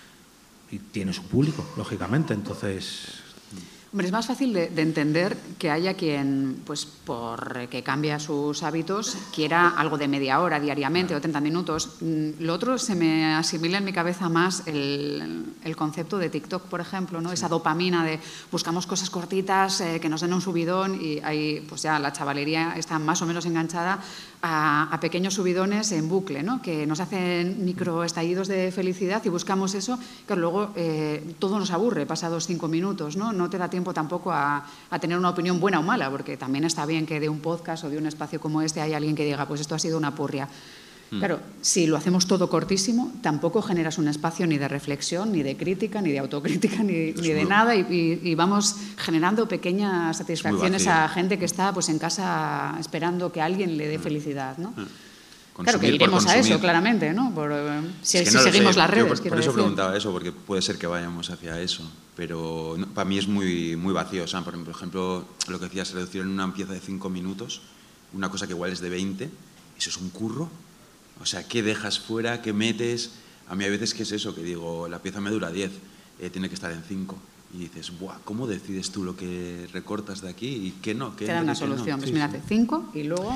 Y tiene su público, lógicamente, entonces... Hombre, es más fácil de entender que haya quien, pues por que cambia sus hábitos, quiera algo de media hora diariamente o 30 minutos. Lo otro se me asimila en mi cabeza más el concepto de TikTok, por ejemplo, ¿no? Sí. Esa dopamina de buscamos cosas cortitas que nos den un subidón y ahí pues ya la chavalería está más o menos enganchada a pequeños subidones en bucle, ¿no? Que nos hacen microestallidos de felicidad y buscamos eso, que luego todo nos aburre pasados 5 minutos, ¿no? No te da tiempo tampoco a tener una opinión buena o mala, porque también está bien que de un podcast o de un espacio como este hay alguien que diga, pues esto ha sido una purria. Claro, si lo hacemos todo cortísimo, tampoco generas un espacio ni de reflexión, ni de crítica, ni de autocrítica, ni de nada, y vamos generando pequeñas satisfacciones a gente que está pues en casa esperando que alguien le dé felicidad, ¿no? Claro, que iremos a eso, claramente, ¿no? Si seguimos las redes. Por eso preguntaba eso, porque puede ser que vayamos hacia eso. Pero no, para mí es muy, muy vacío. O sea, por ejemplo, lo que decías, reducir en una pieza de 5 minutos, una cosa que igual es de 20, eso es un curro. O sea, ¿qué dejas fuera? ¿Qué metes? A mí hay veces que es eso, que digo, la pieza me dura 10, tiene que estar en 5. Y dices, ¡buah! ¿Cómo decides tú lo que recortas de aquí y qué no? Te dan una solución. Pues mira, hace 5 y luego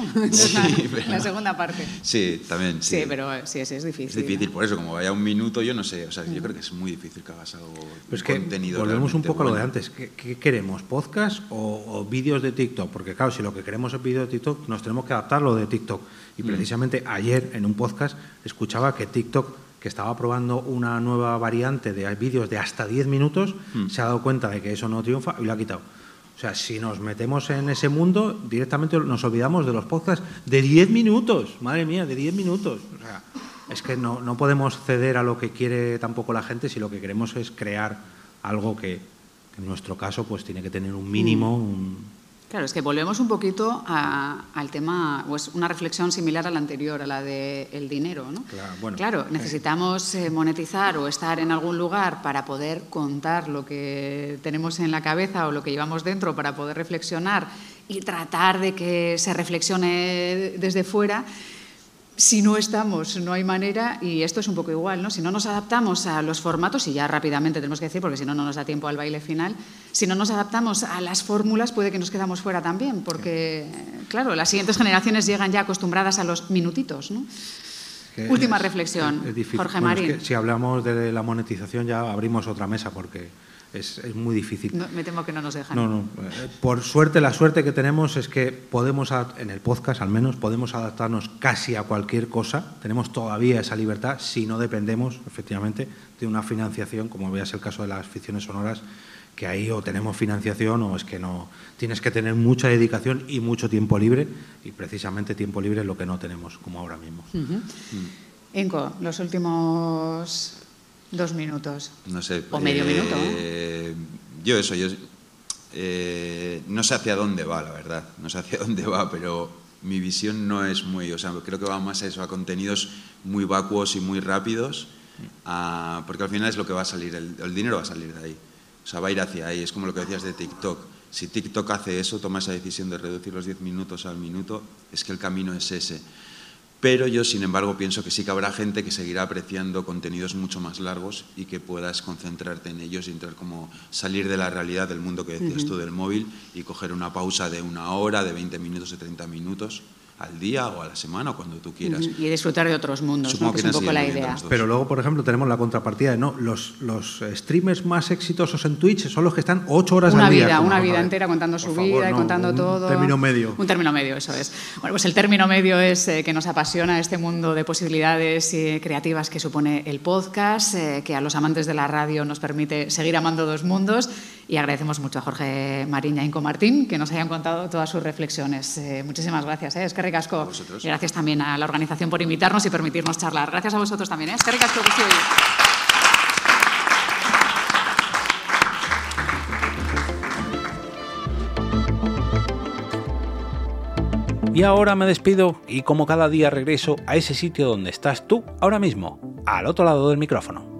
la segunda parte. Sí, también. Sí, pero sí, es difícil. Es difícil, por eso, como vaya un minuto, yo no sé. O sea, yo creo que es muy difícil que hagas algo pues contenido. Volvemos un poco a lo de antes. ¿Qué queremos? ¿Podcast o vídeos de TikTok? Porque claro, si lo que queremos es vídeos de TikTok, nos tenemos que adaptar lo de TikTok. Y precisamente ayer en un podcast escuchaba que TikTok, que estaba probando una nueva variante de vídeos de hasta 10 minutos, se ha dado cuenta de que eso no triunfa y lo ha quitado. O sea, si nos metemos en ese mundo, directamente nos olvidamos de los podcasts de 10 minutos. Madre mía, de 10 minutos. O sea, es que no podemos ceder a lo que quiere tampoco la gente si lo que queremos es crear algo que en nuestro caso pues tiene que tener un mínimo, Claro, es que volvemos un poquito al tema, o es una reflexión similar a la anterior, a la del dinero, ¿no? Claro, necesitamos monetizar o estar en algún lugar para poder contar lo que tenemos en la cabeza o lo que llevamos dentro, para poder reflexionar y tratar de que se reflexione desde fuera. Si no estamos, no hay manera, y esto es un poco igual, ¿no? Si no nos adaptamos a los formatos, y ya rápidamente tenemos que decir, porque si no, no nos da tiempo al baile final, si no nos adaptamos a las fórmulas, puede que nos quedamos fuera también, porque, claro, las siguientes generaciones llegan ya acostumbradas a los minutitos, ¿no? Última reflexión, es difícil. Jorge Marín. Es que si hablamos de la monetización ya abrimos otra mesa, porque es muy difícil. No, me temo que no nos dejan. No. Por suerte, la suerte que tenemos es que podemos, en el podcast al menos, podemos adaptarnos casi a cualquier cosa. Tenemos todavía esa libertad si no dependemos, efectivamente, de una financiación, como veas el caso de las ficciones sonoras, que ahí o tenemos financiación o es que no. Tienes que tener mucha dedicación y mucho tiempo libre, y precisamente tiempo libre es lo que no tenemos, como ahora mismo. Inco, los últimos 2 minutos. No sé. O medio minuto. Yo no sé hacia dónde va, la verdad. No sé hacia dónde va, pero mi visión no es muy... O sea, creo que va más a eso, a contenidos muy vacuos y muy rápidos, porque al final es lo que va a salir, el dinero va a salir de ahí. O sea, va a ir hacia ahí. Es como lo que decías de TikTok. Si TikTok hace eso, toma esa decisión de reducir los 10 minutos al minuto, es que el camino es ese. Pero yo, sin embargo, pienso que sí que habrá gente que seguirá apreciando contenidos mucho más largos y que puedas concentrarte en ellos y entrar como salir de la realidad del mundo que decías tú del móvil y coger una pausa de 1 hora, de 20 minutos, de 30 minutos al día o a la semana o cuando tú quieras. Y disfrutar de otros mundos, ¿no? Que es un poco la idea. Pero luego, por ejemplo, tenemos la contrapartida de los streamers más exitosos en Twitch son los que están 8 horas al día. Una vida entera contando su vida y contando todo. Un término medio. Un término medio, eso es. Bueno, pues el término medio es que nos apasiona este mundo de posibilidades creativas que supone el podcast, que a los amantes de la radio nos permite seguir amando 2 mundos. Y agradecemos mucho a Jorge Marín y a Inco Martín que nos hayan contado todas sus reflexiones. Muchísimas gracias. Eskerrik asko. Y gracias también a la organización por invitarnos y permitirnos charlar. Gracias a vosotros también. Eskerrik asko guztioi. Y ahora me despido y como cada día regreso a ese sitio donde estás tú ahora mismo, al otro lado del micrófono.